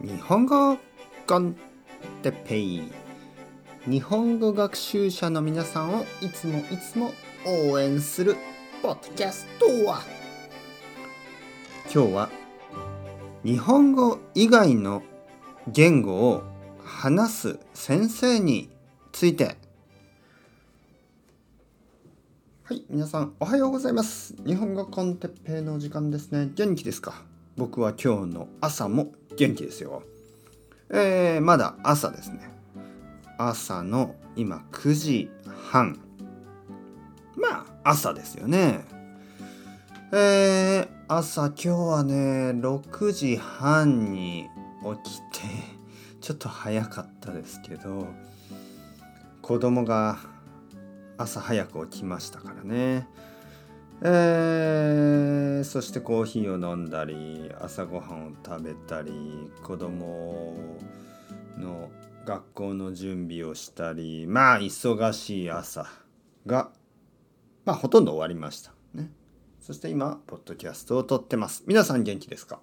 日本語コンテッペイ。日本語学習者の皆さんをいつも応援するポッドキャストは、今日は日本語以外の言語を話す先生について。はい、皆さんおはようございます。日本語コンテッペイの時間ですね。元気ですか？僕は今日の朝も元気ですよ。まだ朝ですね。朝の今9時半。まあ朝ですよね。朝今日はね6時半に起きて、ちょっと早かったですけど、子供が朝早く起きましたからね。そしてコーヒーを飲んだり、朝ごはんを食べたり、子供の学校の準備をしたり、まあ忙しい朝がほとんど終わりましたね。そして今ポッドキャストを撮ってます。皆さん元気ですか？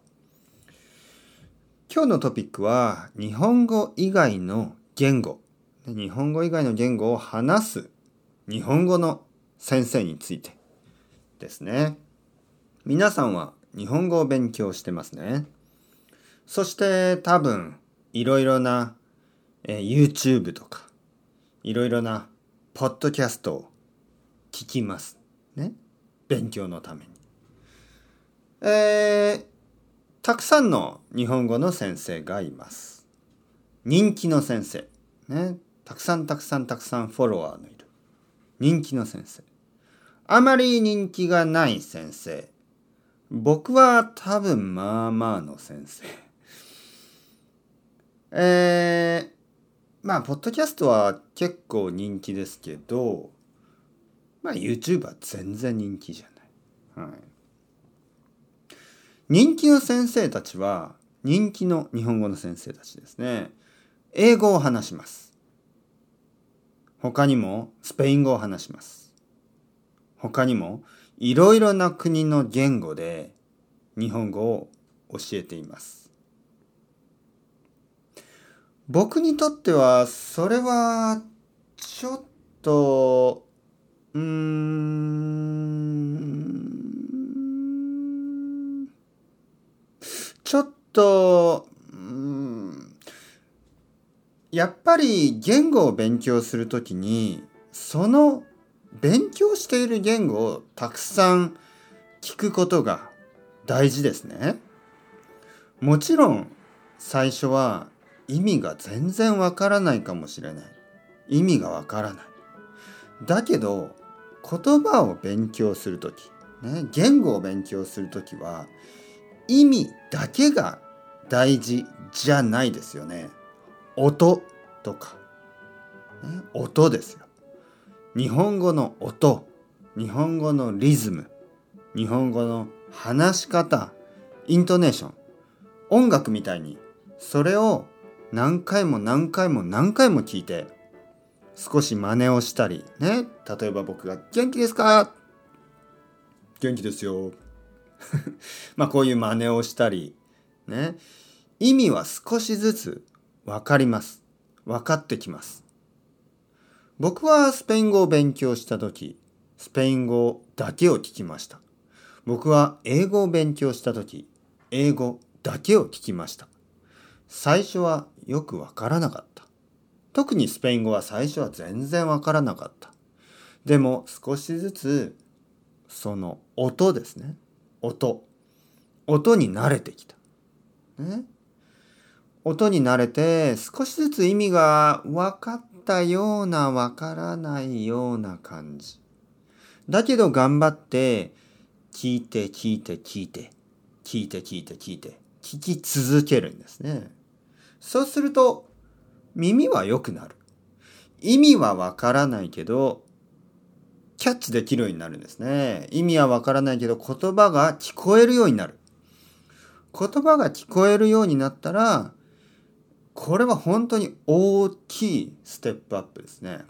今日のトピックは日本語以外の言語を話す日本語の先生についてですね。皆さんは日本語を勉強してますね。そして多分いろいろな、YouTube とかいろいろなポッドキャストを聞きますね。勉強のために。たくさんの日本語の先生がいます。人気の先生ね。たくさんフォロワーのいる人気の先生。あまり人気がない先生。僕は多分まあまあの先生。ポッドキャストは結構人気ですけど、YouTube は全然人気じゃない。はい。人気の先生たちは、人気の日本語の先生たちですね。英語を話します。他にもスペイン語を話します。他にもいろいろな国の言語で日本語を教えています。僕にとってはそれはちょっとやっぱり言語を勉強するときに、その勉強している言語をたくさん聞くことが大事ですね。もちろん最初は意味が全然わからないかもしれない。意味がわからない。だけど言葉を勉強するとき、言語を勉強するときは意味だけが大事じゃないですよね。音とか、音ですよ。日本語の音、日本語のリズム、日本語の話し方、イントネーション、音楽みたいにそれを何回も聞いて少し真似をしたりね。例えば僕が元気ですか？元気ですよ。こういう真似をしたりね。意味は少しずつ分かってきます。僕はスペイン語を勉強した時、スペイン語だけを聞きました。僕は英語を勉強した時、英語だけを聞きました。最初はよくわからなかった。特にスペイン語は最初は全然わからなかった。でも少しずつその音ですね。音に慣れてきた。音に慣れて少しずつ意味が分かったような分からないような感じ。だけど頑張って聞いて聞き続けるんですね。そうすると耳は良くなる。意味は分からないけどキャッチできるようになるんですね。意味は分からないけど言葉が聞こえるようになる。言葉が聞こえるようになったら、これは本当に大きいステップアップですね。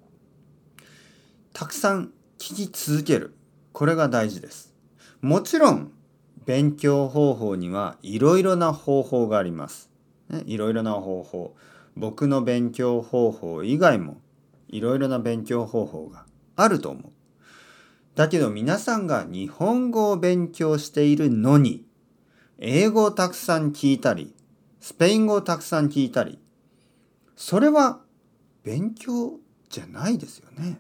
たくさん聞き続ける。これが大事です。もちろん勉強方法にはいろいろな方法があります。 ね、いろいろな方法、僕の勉強方法以外もいろいろな勉強方法があると思う。だけど皆さんが日本語を勉強しているのに、英語をたくさん聞いたり、スペイン語をたくさん聞いたり、それは勉強じゃないですよね。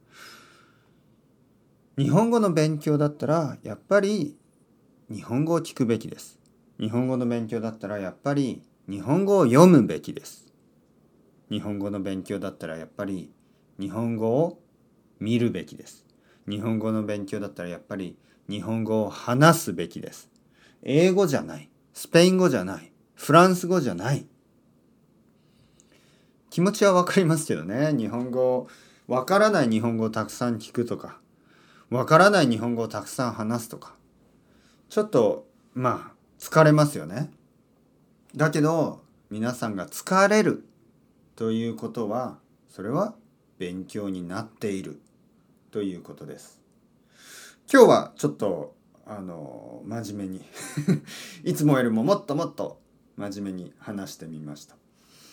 日本語の勉強だったらやっぱり日本語を聞くべきです。日本語の勉強だったらやっぱり日本語を読むべきです。日本語の勉強だったらやっぱり日本語を見るべきです。日本語の勉強だったらやっぱり日本語を話すべきです。英語じゃない。スペイン語じゃない。フランス語じゃない。気持ちはわかりますけどね。わからない日本語をたくさん聞くとか、わからない日本語をたくさん話すとか、ちょっと疲れますよね。だけど皆さんが疲れるということは、それは勉強になっているということです。今日はちょっと真面目にいつもよりももっともっと真面目に話してみました。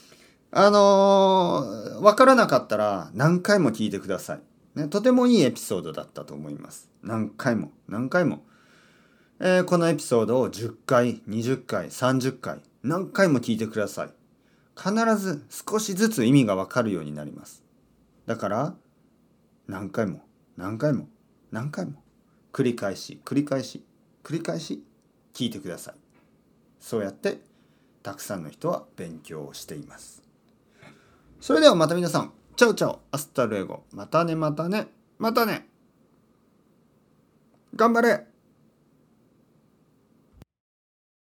わからなかったら何回も聞いてください、ね。とてもいいエピソードだったと思います。何回も何回も、このエピソードを10回、20回、30回何回も聞いてください。必ず少しずつ意味がわかるようになります。だから何回も何回も何回も繰り返し繰り返し繰り返し聞いてください。そうやってたくさんの人は勉強をしています。それではまた皆さん、チャオチャオ、アスタルエゴ、またねまたねまたね、頑張れ。